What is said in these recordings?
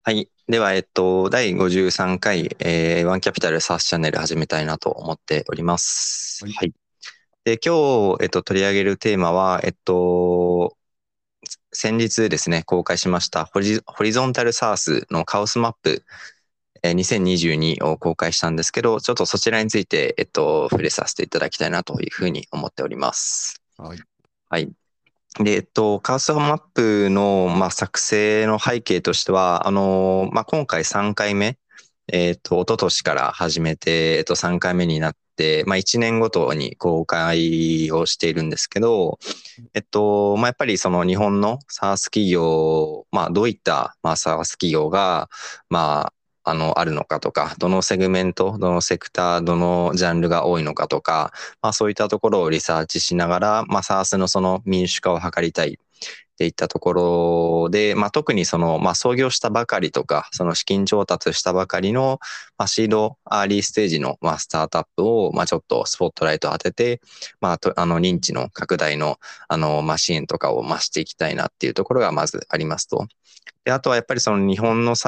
はい。では、第53回、ワンキャピタルサースチャンネル始めたいなと思っております。 はい。 はい。で、今日、取り上げるテーマは、先日ですね、公開しましたホリゾンタルサースのカオスマップ、2022を公開したんですけど、ちょっとそちらについて、触れさせていただきたいなというふうに思っております。 はい。 はい。で、カーストマップの、作成の背景としては、今回3回目、一昨年から始めて、3回目になって、1年ごとに公開をしているんですけど、やっぱりその日本の SaaS 企業、どういった、SaaS 企業が、まあるのかとか、どのセグメント、どのセクター、どのジャンルが多いのかとか、そういったところをリサーチしながら、SaaS のその民主化を図りたいっていったところで、特にその、創業したばかりとか、その資金調達したばかりの、シード、アーリーステージの、スタートアップを、ちょっとスポットライトを当てて、認知の拡大の、支援とかを、していきたいなっていうところがまずありますと。で、あとはやっぱりその日本の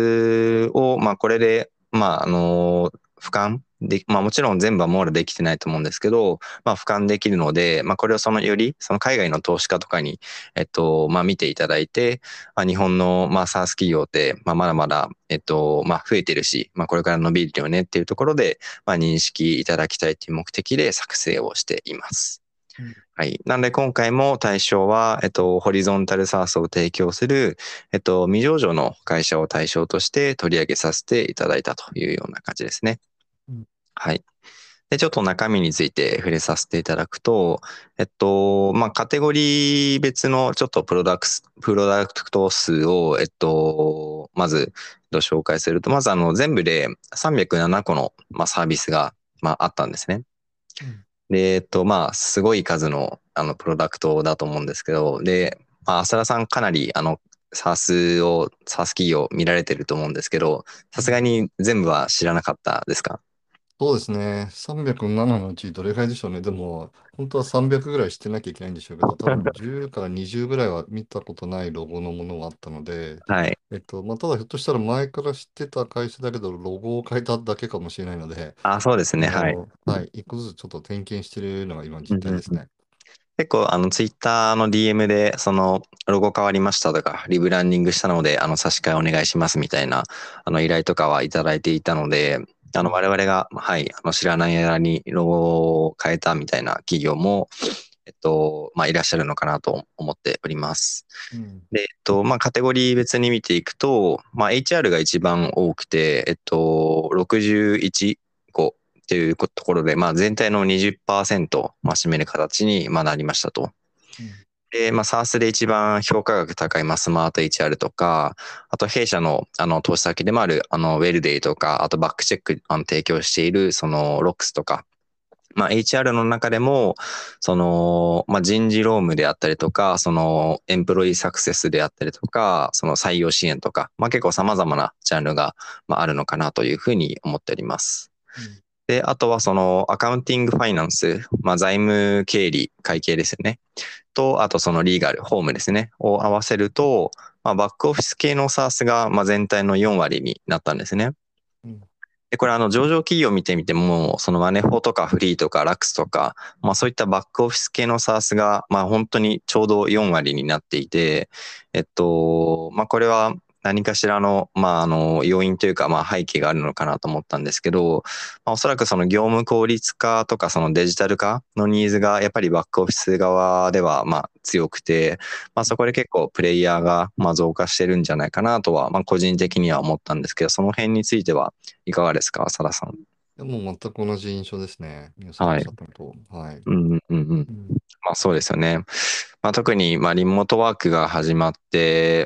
SaaS を、これで、俯瞰で、もちろん全部は網羅できてないと思うんですけど、俯瞰できるので、これをそのより、その海外の投資家とかに、見ていただいて、日本の、SaaS 企業って、まだまだ、増えてるし、これから伸びるよねっていうところで、認識いただきたいという目的で作成をしています。 うん。 はい。なので今回も対象は、ホリゾンタルサースを提供する、未上場の会社を対象として取り上げさせていただいたというような感じですね。 うん。 はい。で、ちょっと中身について触れさせていただくと、カテゴリー別のちょっとプロダクト数を、まず、紹介すると、まず全部で307個の、サービスが、あったんですね。 うん。 で、すごい数の、プロダクトだと思うんですけど、で、浅田さんかなり、サース企業見られてると思うんですけど、さうん。 すがに全部は知らなかったですか？ そうですね。307のうちどれぐらいでしょうね。でも、本当は300ぐらいしてなきゃいけないんでしょうけど、多分10から20ぐらいは見たことないロゴのものがあったので、 はい。 ただひょっとしたら前から知ってた会社だけど、ロゴを変えただけかもしれないので、 あ、そうですね。はい。 はい。一個ずつちょっと点検してるのが今の実うんうんうん。 態ですね。 結構、ツイッターの DM で、その、ロゴ変わりましたとか、リブランディングしたので、差し替えお願いしますみたいな、依頼とかはいただいていたので、 うん。 我々が、はい、知らない間にロゴを変えたみたいな企業も、いらっしゃるのかなと思っております。 うん。 で、カテゴリー別に見ていくと、HR が一番多くて、61個っていうところで、全体の20%、占める形に、なりましたと。 うん。 で、SaaS で一番評価額高い、スマート HR とか、あと弊社の、投資先でもある、ウェルデイとか、あとバックチェック、提供している、その、ロックスとか、HR の中でも、その、人事労務であったりとか、その、エンプロイーサクセスであったりとか、その採用支援とか、結構様々なジャンルが、あるのかなというふうに思っております。 うん。 で、あとはその、アカウンティングファイナンス、財務経理、会計ですよね。と、あとそのリーガル、ホームですね。を合わせると、バックオフィス系のサースが、全体の4割になったんですね。 うん。 で、これ上場企業を見てみても、そのマネフォとかフリーとかラックスとか、そういったバックオフィス系のサースが、本当にちょうど4割になっていて、これは何かしらの、要因というか、背景があるのかなと思ったんですけど、おそらくその業務効率化とかそのデジタル化のニーズがやっぱりバックオフィス側では強くて、そこで結構プレイヤーが増加してるんじゃないかなとは、個人的には思ったんですけど、その辺についてはいかがですか、サラさん？ でも全く同じ印象ですね。皆さんおっはい。 しゃったのと。はい。 うんうんうんうん。 うん。 そうですよね。特にリモートワークが始まって、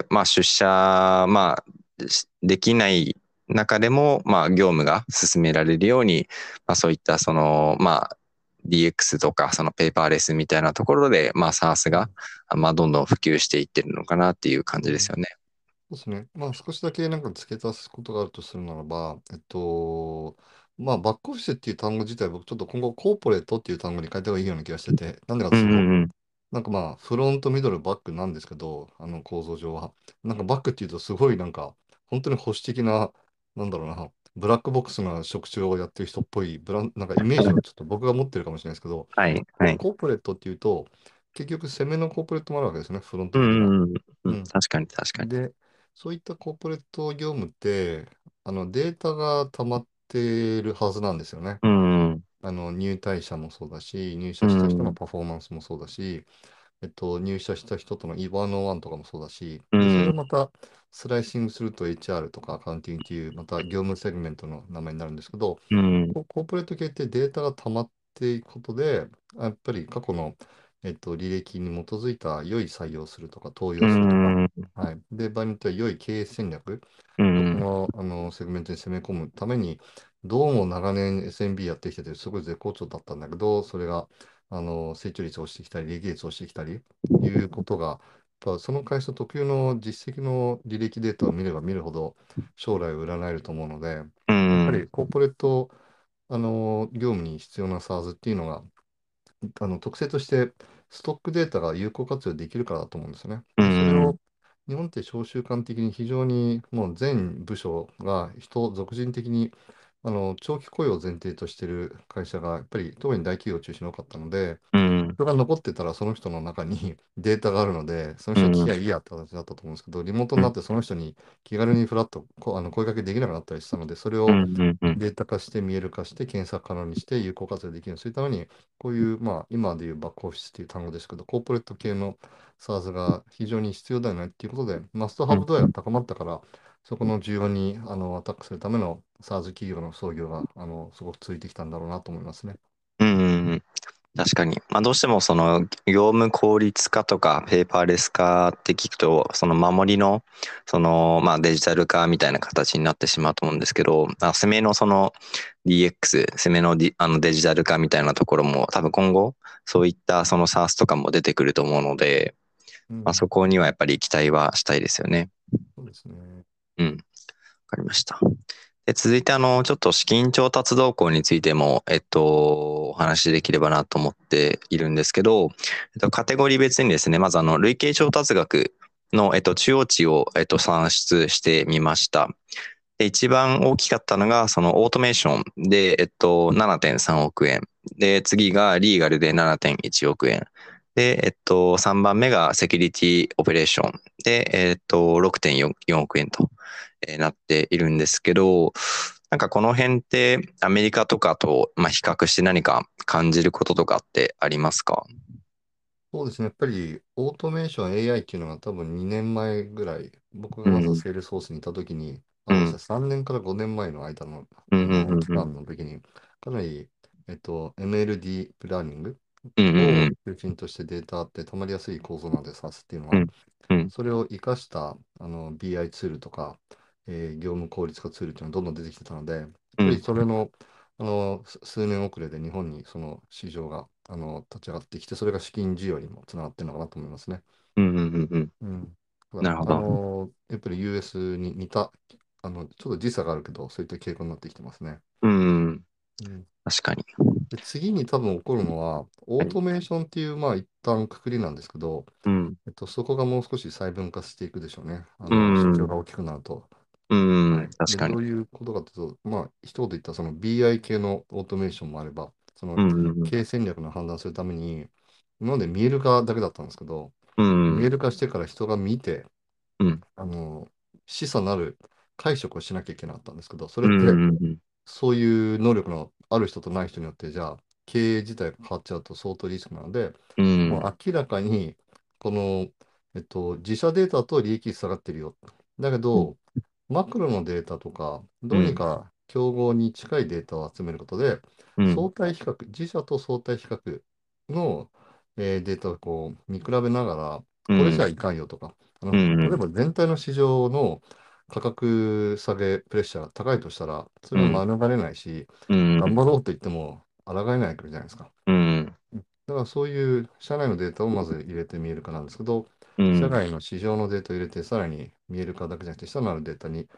出社できない中でも業務が進められるように、そういったそのDX とかそのペーパーレスみたいなところでSaaS がうん。 どんどん普及していってるのかなっていう感うん。 じですよね。 そうですね。少しだけなんか付け足すことがあるとするならば、バックオフィスっていう単語自体、僕ちょっと今後コーポレートっていう単語に変えた方がいいような気がしてて、なんでかとうんいうと、その、 うんうん。 フロント、ミドル、バックなんですけど、構造上は。バックっていうとすごい本当に保守的な、なんだろうな、ブラックボックスな職種をやってる人っぽいなんかイメージをちょっと僕が持ってるかもしれないですけど、 はい、はい。 コーポレートっていうと、結局攻めのコーポレートもあるわけですね、フロンうト的な。 ん、うん、うん。 うん。 確かに、確かに。 で、そういったコーポレート業務って、データが溜まってるはずなんですよね。 うん、 入退者もそうだし、入社した人のうん、 パフォーマンスもそうだし、入社した人とのワンオンワンとかもそうだし、で、それうん、 をまたスライシングすると HR とかアカウンティングっていう、また業務セグメントの名前になるんですけど、 うん、 コーポレート系ってデータが溜まっていくことで、やっぱり過去の、履歴に基づいた良い採用するとか、登う用するとか、 ん、 はい。で、場合によっては良い経営戦略、 うん、 そこの、セグメントに攻め込むために、どうも長年 SMB やってきてて、すごい絶好調だったんだけど、それが、成長率を落ちてきたり、利益率を落ちてきたり、いうことが、やっぱその会社特有の実績の履歴データを見れば見るほど、将来を占えると思うので、 うん、 やっぱりコーポレート、業務に必要な SaaS っていうのが、特性としてストックデータが有効活用できるからだと思うんですよね。 うで、それん、 を日本って商習慣的に非常にもう全部署が属人的に長期雇用を前提としている会社がやっぱり特に大企業を中心に多かったので、 うん、 人が残ってたらその人の中にデータがあるので、そのうん、 人に聞うん、 きゃいいやって形だったと思うんですけど、リモートになってその人に気軽にフラッと声かけできなくなったりしたので、それをうん、うん、 データ化して見える化して検索可能にして有効活用できるようにするために、こういう、まあ、今でいうバックオフィスっていう単語ですけど、コーポレート系の SaaS が非常に必要だよねっていうことで、マストハブ度合いが高まったから、そこの需要にアタックするための SaaS 企業の創業がすごく続いてきたんだろうなと思いますね。 うん、確かに。まあ、どうしてもその業務効率化とかペーパーレス化って聞くと、その守りの、その、まあ、デジタル化みたいな形になってしまうと思うんですけど、攻めのその DX、攻めの、デジタル化みたいなところも多分今後、そういったその SaaS とかも出てくると思うので、まあ、そうん、 こにはやっぱり期待はしたいですよね。 そうですね。 うん。わかりました。で、続いてちょっと資金調達動向についても、お話しできればなと思っているんですけど、カテゴリー別にですね、まず累計調達額の、中央値を、算出してみました。で、一番大きかったのが、そのオートメーションで、7.3億円。で、次がリーガルで7.1億円。で、3番目がセキュリティオペレーションで、6.4億円となっているんですけど、なんかこの辺ってアメリカとかと、まあ、比較して何か感じることとかってありますか？ そうですね。やっぱりオートメーション AI っていうのが多分2年前ぐらい、僕がまだうん、 セールスフォースにいた時に、ごめんなさい、 うん、 3年から5年前の間の、 うん、うん、 期うん、 間の時に、かなり、MLD プラーニングうん、うをん、 中心としてデータって溜まりやすい構造なんで SAS っていうのは、 うん、うん、 それを活かしたBI ツールとか、業務効率化ツールっていうのがどんどん出てきてたので、やっぱりうん、 それの、数年遅れで日本にその市場が立ち上がってきて、それが資金需要にもつながってるのかなと思いますね。 うん、うん、うん。 うん。ただなるほど。 やっぱり US に似た、ちょっと時差があるけど、そういった傾向になってきてますね。 うん、 うん。 確かに。 で、次に多分起こるのは、オはい。 ートメーションっていう、まあ一旦くくりなんですけど、 うん、 そこがもう少し細分化していくでしょうね。 うん、 市場が大きくなると。 うん、 はい。で、 確かに。 どういうことかというと、まあ、一言で言ったら、その BI 系のオートメーションもあれば、そのうん、 経営戦略の判断するために、今まで見える化だけだったんですけど、 うん、 見える化してから人が見て、 うん、 示唆なる解釈をしなきゃいけなかったんですけど、それうって、 ん、 そういう能力のある人とない人によって、じゃあ、経営自体が変わっちゃうと相当リスクなので、 うん、 もう明らかに、この、自社データと利益率下がってるよ。だけうん、 ど、マクロのデータとか、どうにうん、 か競合に近いデータを集めることで、 うん、 相対比較、自社と相対比較の、データをこう見比べながら、 うん、 これじゃいかんよとか、 うん、 例えば全体の市場の価格下げプレッシャーが高いとしたら、それはうん、 免れないし、 うん、 頑張ろうと言っても抗えないわけじゃないですか。 うん、 だからそういう社内のデータをまず入れて見える化なんですけど、 うん、 社外の市場のデータを入れて、さらに見える化だけじゃなくて、下のあるデータに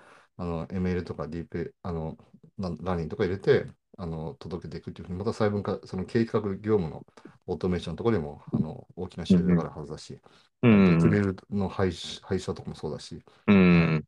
ML とかディープ、ラーニングとか入れて、届けていくっていうふうに、また細分化、その計画業務のオートメーションのところにも、大きな収入があるはずだし、 うん、 物流の配車とかもそうだし、 うはい。 ん、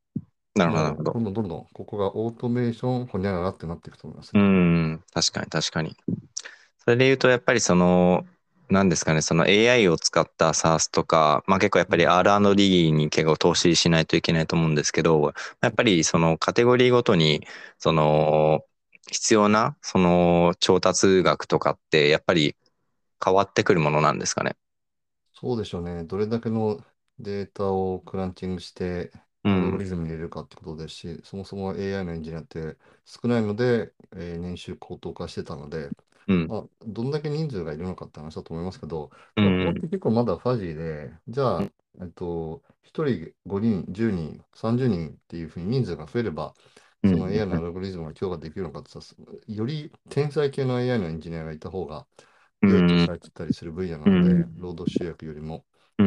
なるほど、なるもう、どほど。 んどんどんどん、ここがオートメーション、ほにゃららってなっていくと思いますうね。 ん、確かに確かに。それで言うと、やっぱりなんですかね、その AI を使った SaaS とか、まあ結構やっぱりうん。 R&D に結構投資しないといけないと思うんですけど、やっぱりそのカテゴリーごとに、その必要な、その調達額とかって、やっぱり変わってくるものなんですかね。 そうでしょうね。どれだけのデータをクランチングして、 うん、 アルゴリズムに入れるかってことですし、そもそも AI のエンジニアって少ないので、年収高騰化してたので、 うん、 まあ、どんだけ人数がいるのかって話だと思いますけど、ただここってうん、 結構まだファジーで、じゃあ、1人5人、10人、30人っていうふうに人数が増えれば、そのうん、 AI のアルゴリズムが強化できるのかって言ったら、より天才系の AI のエンジニアがいた方が良いとうん、 されてたりする分野なうん、 ので、労働集約よりも。 うん、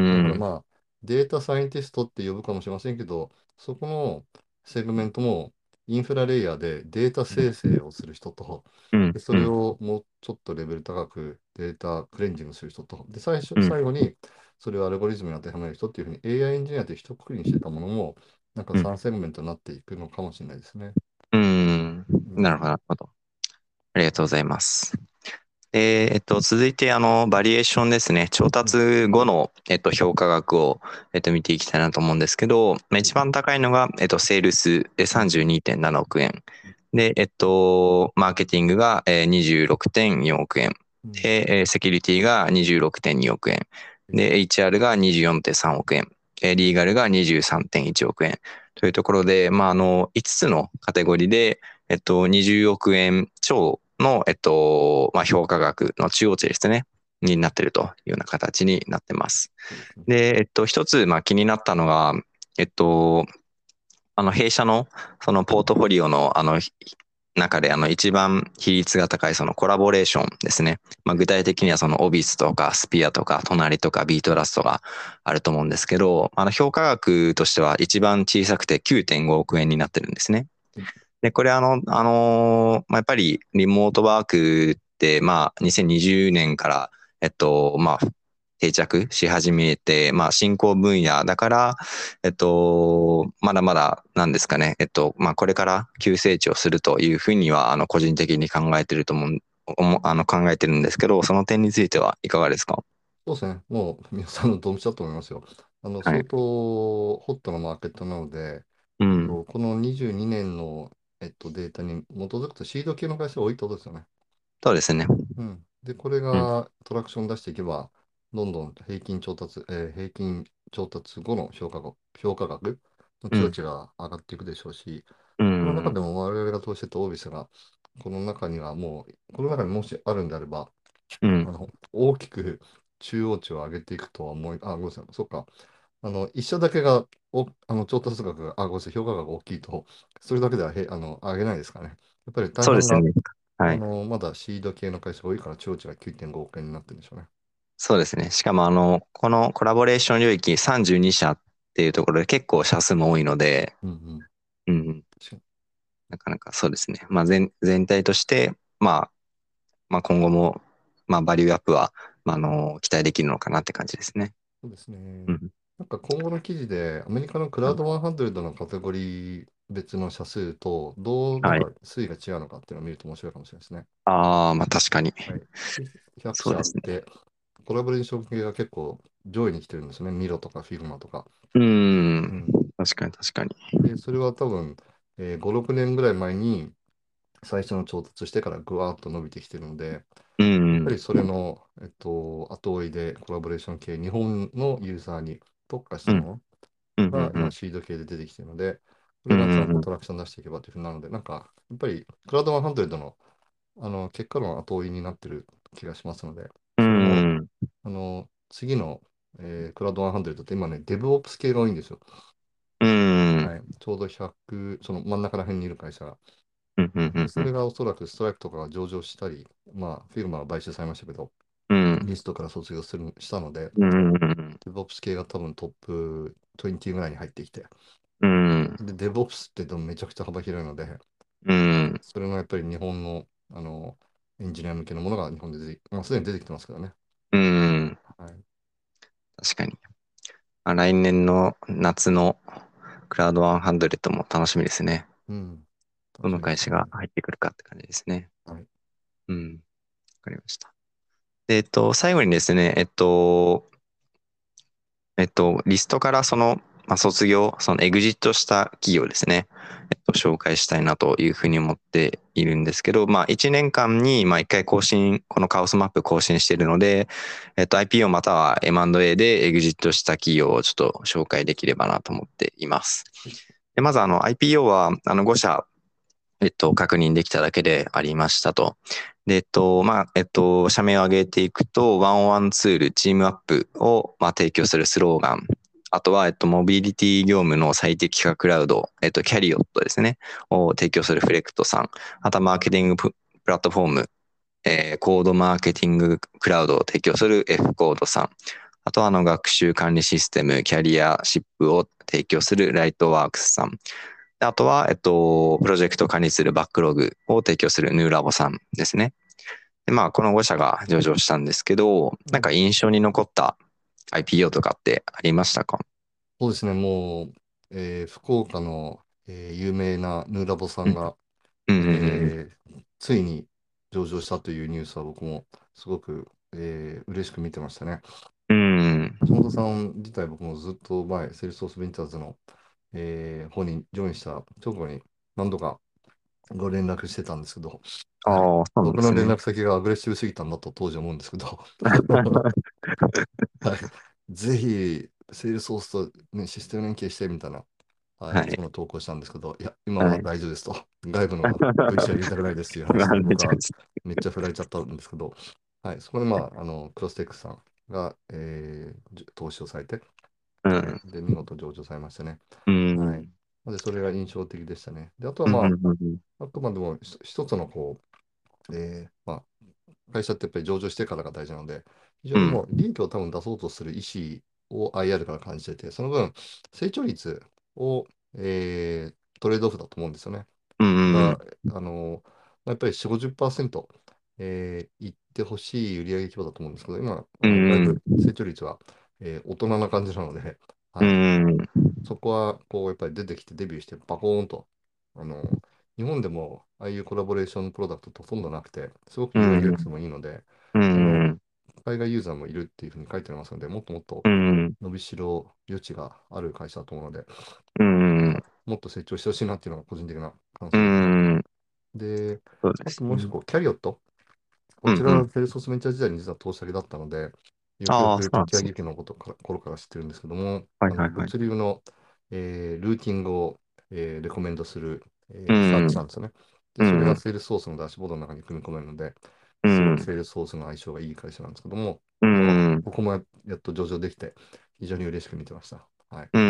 だからまあ、データサイエンティストって呼ぶかもしれませんけど、そこのセグメントもインフラレイヤーでデータ生成をする人と、 うん、 でそうん、 れをもうちょっとレベル高くデータクレンジングする人と、で、 うん、 最後にそれをアルゴリズムに当てはめる人っていうふうに AI エンジニアという一括りにしてたものも、なんかうん、 3セグメントになっていくのかもしれないですね。 うん、 うん。 なるほど、なるほど。ありがとうございます。続いて、バリエーションですね。調うん。 達後の、評価額を、見ていきたいなと思うんですけど、まあ一番高いのが、セールスで32.7億円。で、マーケティングが、26.4億円。 うん。 で、セキュリティが26.2億円。で、HR が24.3億円。リーガルが23.1億円。というところで、まあ、5つのカテゴリーで、20億円超の、まあ、評価額の中央値ですね、になっているというような形になってます。 そうですね。 で、一つ、まあ、気になったのが、えっと、弊社の、そのポートフォリオの、中で、一番比率が高い、そのコラボレーションですね。まあ、具体的には、そのオビスとか、スピアとか、隣とか、ビートラストがあると思うんですけど、評価額としては一番小さくて9.5億円になってるんですね。で、これまあ、やっぱりリモートワークって、まあ、2020年から、まあ、定着し始めて、まあ、新興分野だから、まだまだ、なんですかね、まあ、これから急成長するというふうには、個人的に考えてると思う、考えてるんですけど、その点についてはいかがですか？ そうですね。もう皆さんのドンピシャだと思いますよ。 はい。 相当ホットなマーケットなので、 うん。 この22年の、データに基づくとシード系の会社が多いってことですよね。 そうですね。 うん。で、これうん。 がトラクション出していけば、どんどん平均調達後の評価額のうん。 境地が上がっていくでしょうし、 うその中ん。 でも我々が投資してたオービスが、この中にもしあるんであれば、 うん。 大きく中央値を上げていくとはごめんなさい、そっか。一社だけが、調達額が、ごめんなさい、評価額が大きいと、それだけでは上げないですからね。やっぱり大半が、 そうですね。はい。 まだシード系の会社が多いから、中央値が9.5億円になってるんでしょうね。 そうですね。しかもこのコラボレーション領域32社っていうところで結構社数も多いので、 うんうん。 うん、 確かに。 なかなかそうですね。まあ全体として、まあ今後も、まあバリューアップは、まあ期待できるのかなって感じですね。 そうですね。 うん。 なんか今後の記事で、アメリカのクラウド100のカテゴリー別の社数と、なんはい。 か推移が違うのかっていうのを見ると面白いかもしれないですね。 ああ、まあ確かに。 はい。100 そうですね。 社あって、コラボレーション系が結構上位に来てるんですね。ミロとかフィグマとか。 うーん。 うん。 確かに確かに。 で、それは多分、5、6年ぐらい前に最初の調達してからぐわーっと伸びてきてるので、やっうん。 ぱりそれの、後追いでコラボレーション系、日本のユーザーに特化しうん。 たもうん。 のがうん。 今シード系で出てきているので、こうれがちゃんとん。 トラクション出していけばというふうになるので、なんか、やっぱりクラウド100の、結果論後追いになってる気がしますので、 うそれも、 ん。 次の、クラウド100って今ね、DevOps 系が多いんですよ。 うん。 はい。ちょうど100、その真ん中ら辺にいる会社が。 うん。うん。 で、そうん。 れがおそらくストライプとかが上場したり、まあ、フィグマは買収されましたけど、 うん。 リストから卒業したので、 うん。 DevOps 系が多分トップ20ぐらいに入ってきて、 うん。 で、DevOps ってでもめちゃくちゃ幅広いので、 うん。 それのやっぱり日本の、エンジニア向けのものが日本ですでに出てきてますからね。 うん。 はい。 確かに。まあ、来年の夏のクラウド100も楽しみですね。 うん。楽しどのみですね。 会社が入ってくるかって感じですね。 はい。 うん。わかりました。で、最後にですね、リストから卒業、そのエグジットした企業ですね、紹介したいなというふうに思っているんですけど、まあ、1年間に、まあ、1回更新、このカオスマップ更新しているので、IPO または M&A でエグジットした企業をちょっと紹介できればなと思っています。でまず、IPO は、5社、確認できただけでありましたと。で、社名を挙げていくと、ワンオワンツール、チームアップを、提供するスローガン。あとは、モビリティ業務の最適化クラウド、キャリオットですね、を提供するフレクトさん。あとは、マーケティングプラットフォーム、コードマーケティングクラウドを提供する F コードさん。あとは、学習管理システム、キャリアシップを提供するライトワークスさん。あとは、プロジェクトを管理するバックログを提供するヌーラボさんですね。で、まあ、この5社が上場したんですけど、なんか印象に残った IPO とかってありましたか？ そうですね、もう、福岡の、有名なヌーラボさうん、 んが、 うん、 ついに上場したというニュースは僕もすごく、嬉しく見てましたね。 うん、 橋本さん自体僕もずっと前、セールスフォースベンチャーズの、方にジョインした直後に何度かご連絡してたんですけど、はい。 ああ、そうなんですね。 僕の連絡先がアグレッシブすぎたんだと当時思うんですけど、はい。ぜひ、セールスフォースと、ね、システム連携してみたいな、はい、 はい、 その投稿したんですけど、いや、今ははい。 大丈夫ですと。外部の VC は入れたくないですっていう話まあ、 で、僕はめちゃめちめっちゃ振られちゃったんですけど、はい、そこで、まあ、クロステックさんが、投資をされて、 ゃ。うはい、 ん、 で、見事上場されましたね。 うん、 はい。で、それが印象的でしたね。で、あとは、 うん、 まうん、 あ、あくまでも一つの、まあ、会社ってやっぱり上場してからが大事なので、非常うん、 にもう利益を多分出そうとする意思を IR から感じてて、その分、成長率を、トレードオフだと思うんですよね。 うん、 が、やっぱり4、50%、いってほしい売上規模だと思うんですけど、今、 うん、 だいぶうん、 成長率は、大人な感じなので、 うはい。 ん、 そこは、やっぱり出てきてデビューして、バコーンと、あの、日本でも、ああいうコラボレーションプロダクトってほとんどなくて、すごくう UI/UX ん、 もいいので、 うあの、 ん、 海外ユーザーもいるっていうふうに書いてありますので、もっともっとうん、 伸びしろ、余地がある会社だと思うので、 うん、 はい、もっと成長してほしいなっていうのが個人的な感う想ですね。 ん、 で、 そうであすね。 ともう一個、キャリオット。こちら、 うん、うん。 セールスフォースベンチャー時代に実は投資先だったので、よくよああ、そくうなんですね。 時矢劇のことから頃から知ってるんですけども、 はい、はい、はい。 物流の、ルーティングを、レコメンドする、サービうん、 スなんですよね。で、それがうん、 セールスソースのダッシュボードの中に組み込めるので、すごいうん、 セールスソースの相性がいい会社なんですけども、 うん、 ここもやっと上場できて、非常に嬉しく見てました。はい。 うん、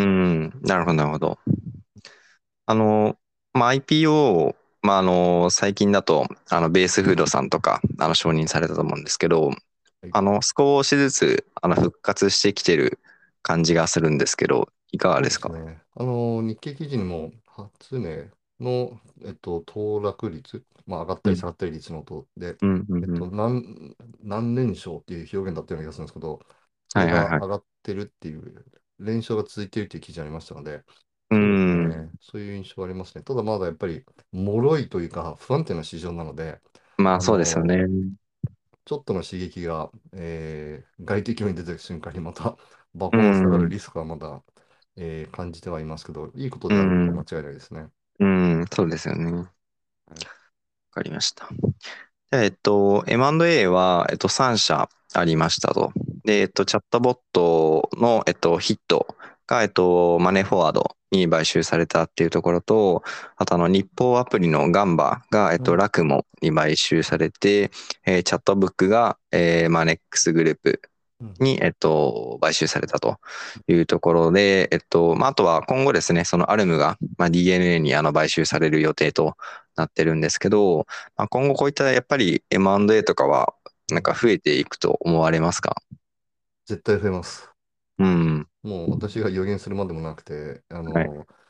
なるほど、なるほど。あの、IPO、最近だと、ベースフードさんとか、承認されたと思うんですけど、 はい、 少しずつ、復活してきてる感じがするんですけど、いかがそうですか？ ですね。日経記事にも初値の、騰落率、まあ、上がったうん、 り下がったり率のとで、 うん、うん、うん。 何連勝っていう表現だったような気がするんですけど、そはい、はい、 れがはい。 上がってるっていう、連勝が続いているっていう記事ありましたので、 うそうですん、 ね。そういう印象はありますね。ただまだやっぱり、脆いというか、不安定な市場なので、 まあ、 あそうですよの、 ね。 ちょっとの刺激が、外的に出てる瞬間にまたバうコーン下がるん、 リスクはまだ、感じてはいますけど、いいことであることはうん、 間違いないですね。 うん、そうですよね。わはい。 かりました。でM&A は、3社ありましたと。で、チャットボットの、ヒットが、マネーフォワードに買収されたっていうところと、あと、日報アプリのガンバが、 うん。 ラクモに買収されて、チャットブックが、マネックスグループうん。 に、買収されたというところで、あとは今後ですね、そのアルムが、DNA に買収される予定となってるんですけど、今後こういったやっぱり M&A とかは、 うん。 増えていくと思われますか？ 絶対増えます。 うん。 もう私が予言するまでもなくて、 はい。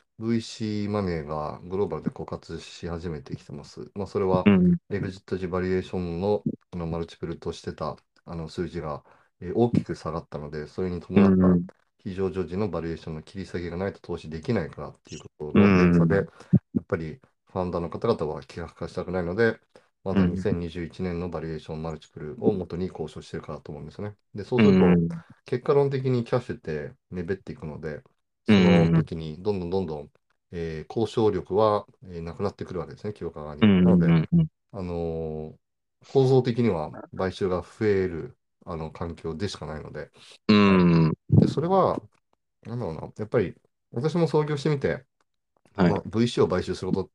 VC マネーがグローバルで枯渇し始めてきてます。まあ、それは、 うん。 エグジット時バリエーションの、マルチプルとしてた数字が、大きく下がったので、それにう伴ったん。 非上場時のバリエーションの切り下げがないと投資できないからっていうことうの連鎖で、 ん。 やっぱりファンダの方々は希薄化したくないので、まだうん。 2021年のバリエーションマルチプルを元に交渉してるからと思うんですよね。で、そううすると、 ん。 結果論的にキャッシュって目減っていくので、 うそのん。 時にどんどんどんどん、交渉力は、なくなってくるわけですね、清川側に。 うん。 なので、 うん。うん。 あのー構造的には買収が増える環境でしかないので、 うはい。 ん。 で、それは、なんだろうな、やっぱり私も創業してみて、 はい。 VC を買収すること、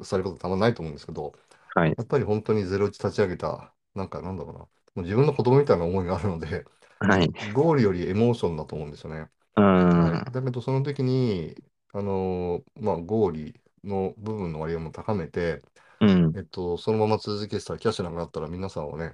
されることたまんないと思うんですけど、 はい。 やっぱり本当にゼロイチ立ち上げた、なんだろうな、もう自分の子供みたいな思いがあるので、 はい。 ゴールよりエモーションだと思うんですよね。 うはい。 ん。 だけど、その時に、ゴーリの部分の割合も高めて、 うん。 そのまま続けてたら、キャッシュなくなったら、皆さんはね、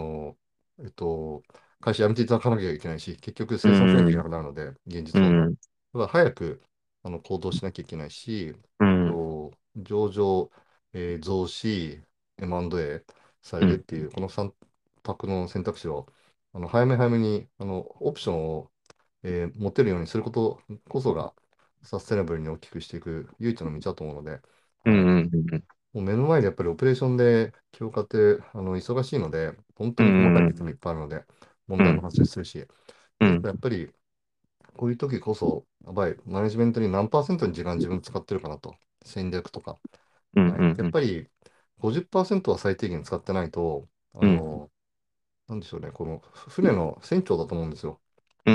会社辞めていただかなきゃいけないし、結局う生産しなきゃいけなん。 くなるので、現実問題。だうん。 から早く行動しなきゃいけないし、 うん。 上場、増資、M&A されうん。 るっていう、この3択の選択肢を、早め早めに、オプションを、持てるようにすることこそが、サステナブルに大きくしていく唯一の道だと思うので、はい。 うん。 もう目の前でやっぱりオペレーションで強化って忙しいので、本当に細かいうん。 こともいっぱいあるので、問題もうん。 発生するし、ですかうん。 らやっぱりこういう時こそ、やばい、マネジメントに何パーセントの時間自分使ってるかなと、戦略とか。 うん。 はい。やうん。 っぱり50%は最低限使ってないと、 うん。 なんでしょうね、この船の船長だと思うんですよ。 うん。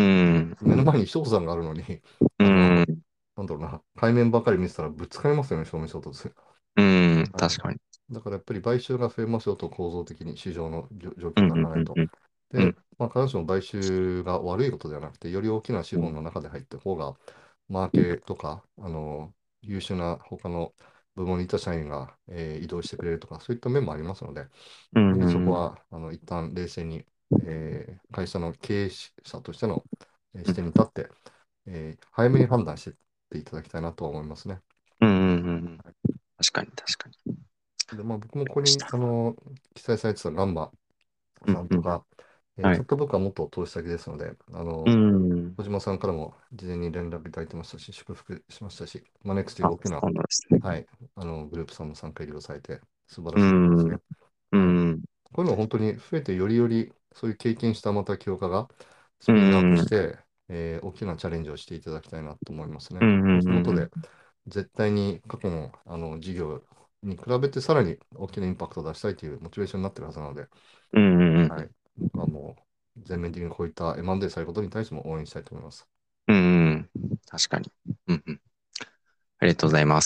目の前に氷山があるのに、 うあの、 ん。 なんだろうな、海面ばかり見てたらぶつかりますよね、正面衝突。 うん。 はい。 確かに。 だからやっぱり買収が増えますよと、構造的に市場の状況うん。 を考えると。 うん。うん。 で、必ずしも買収が悪いことではなくて、より大きな資うん。 本の中で入った方が、マーケとか、優秀な他の部門にいた社員が、移動してくれるとか、そういった面もありますので、 うん。 ぜひそこうん。 は一旦冷静に、会社の経営者としての視点に立って、早めに判断していっていただきたいなと思いますね。 うん。確かに、確かに。 で、僕もここにました。 記載されてたガンバうん。うん。 さんとか、 はい。 キャットブックはもっと投資先ですので、 うん。 小島さんからも事前に連絡いただいてましたし、祝福しましたし、マネックスというあ、 大きな、 そうなんですね。 はい、グループさんの参加入りをされて、素晴らうしいことですん。 ね。 うはい。 ん。 こういうのは本当に増えて、よりよりそういう経験したまた教科がスうピンアウトしん。 て、大きなチャレンジをしていただきたいなと思いますね。 うん。 そうすることうん。 で、絶対に過去の、事業に比べてさらに大きなインパクトを出したいというモチベーションになっているはずなので、 うん。うん。 はい。僕はもう全面的にこういった M&A されることに対しても応援したいと思います。 うん。確かに。うん。うん。ありがとうございます。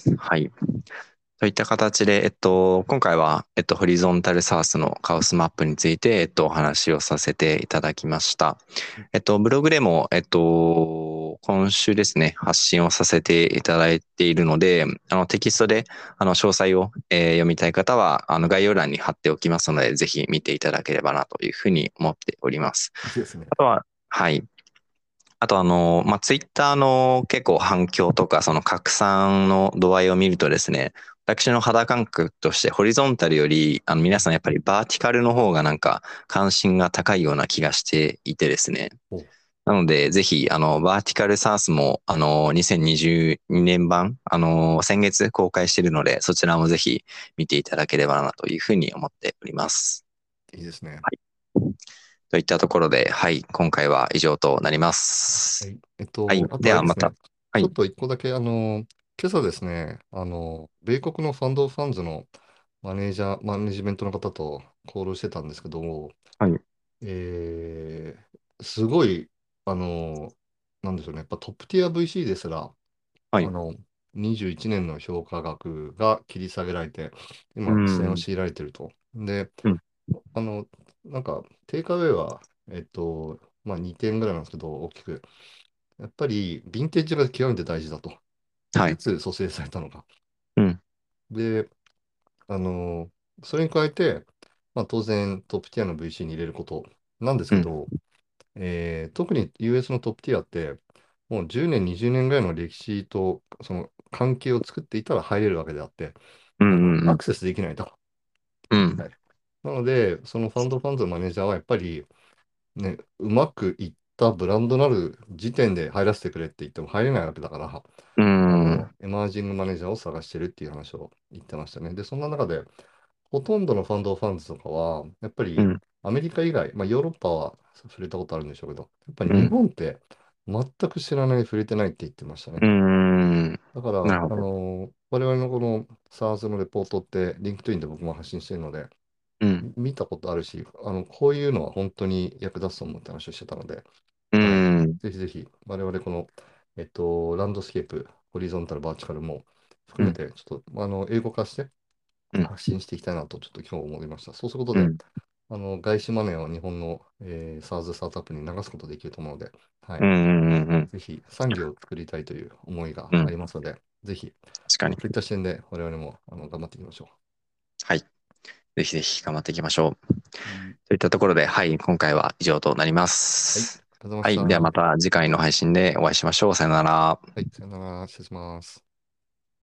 はい。といった形で、今回は、ホリゾンタルサースのカオスマップについて、お話をさせていただきました。ブログでも、今週ですね、発信をさせていただいているので、テキストで、詳細を、読みたい方は、概要欄に貼っておきますので、ぜひ見ていただければなというふうに思っております。 いいですね。 あとは、はい。あとツイッターの結構反響とか、その拡散の度合いを見るとですね、私の肌感覚としてホリゾンタルより、皆さんやっぱりバーティカルの方がなんか関心が高いような気がしていてですね。 お、 なので、ぜひ、バーティカルサースも、2022年版、先月公開しているので、そちらもぜひ見ていただければなというふうに思っております。 いいですね。 はい。といったところで、はい、今回は以上となります。 はい。 はい。 あとではまた。 あれですね。 はい。 ちょっと一個だけ、今朝ですね、米国のファンドファンズのマネジメントの方と交流してたんですけども、 はい。 すごい、あの、なんでしょうね、やっぱトップティア VC ですら、 はい。 あの、21年の評価額が切り下げられて、 う今、苦戦をん。 強いられていると。で、 うん。 テイクアウェイは、2点ぐらいなんですけど、大きく。やっぱり、ヴィンテージが極めて大事だと。 はい。 いつ蘇生されたのか。 うん。 で、あの、それに加えて、当然、トップティアの VC に入れることなんですうん。 けど、特に US のトップティアって、もう10年、20年ぐらいの歴史と、その関係を作っていたら入れるわけであって、 うん。うん。 アクセスできないと。 うん。 はい。なので、そのファンドのマネージャーはやっぱり、ね、うまくいっったブランドなる時点で入らせてくれって言っても入れないわけだから、 うん。 エマージングマネージャーを探してるっていう話を言ってましたね。で、そんな中で、ほとんどのファンドファンズとかは、やっぱりうん。 アメリカ以外、まあ、ヨーロッパは触れたことあるんでしょうけど、やっぱり日うん。 本って全く知らない、触れてないって言ってましたね。 うん。 だから、 なるほど。 我々のこの SaaS のレポートって、リンクトインで僕も発信してるので、 うん。 見たことあるし、こういうのは本当に役立つと思って話をしてたので、 うはい。 ん。 ぜひぜひ、我々この、ランドスケープ、ホリゾンタル、バーチカルもうん。 含めて、ちょっと、英語化してうん。 発信していきたいなと、ちょっと今日思いました。そうすることで、 うん。 外資マネーを日本の、SaaS スタートアップに流すことができると思うので、はい。 うん。うん。うん。 ぜひ産業を作りたいという思いがあうん。 りますので、ぜひ、 確かに。 そういった視点で我々も頑張っていきましょはい。ぜひぜひ頑張っていきましょう。 う。いいといったところで、はい、今回は以上となりまはい、ありす。 がとうございまはい。ではました。 た次回の配信でお会いしましょう。さよなら。 はい、さよなら、失礼します。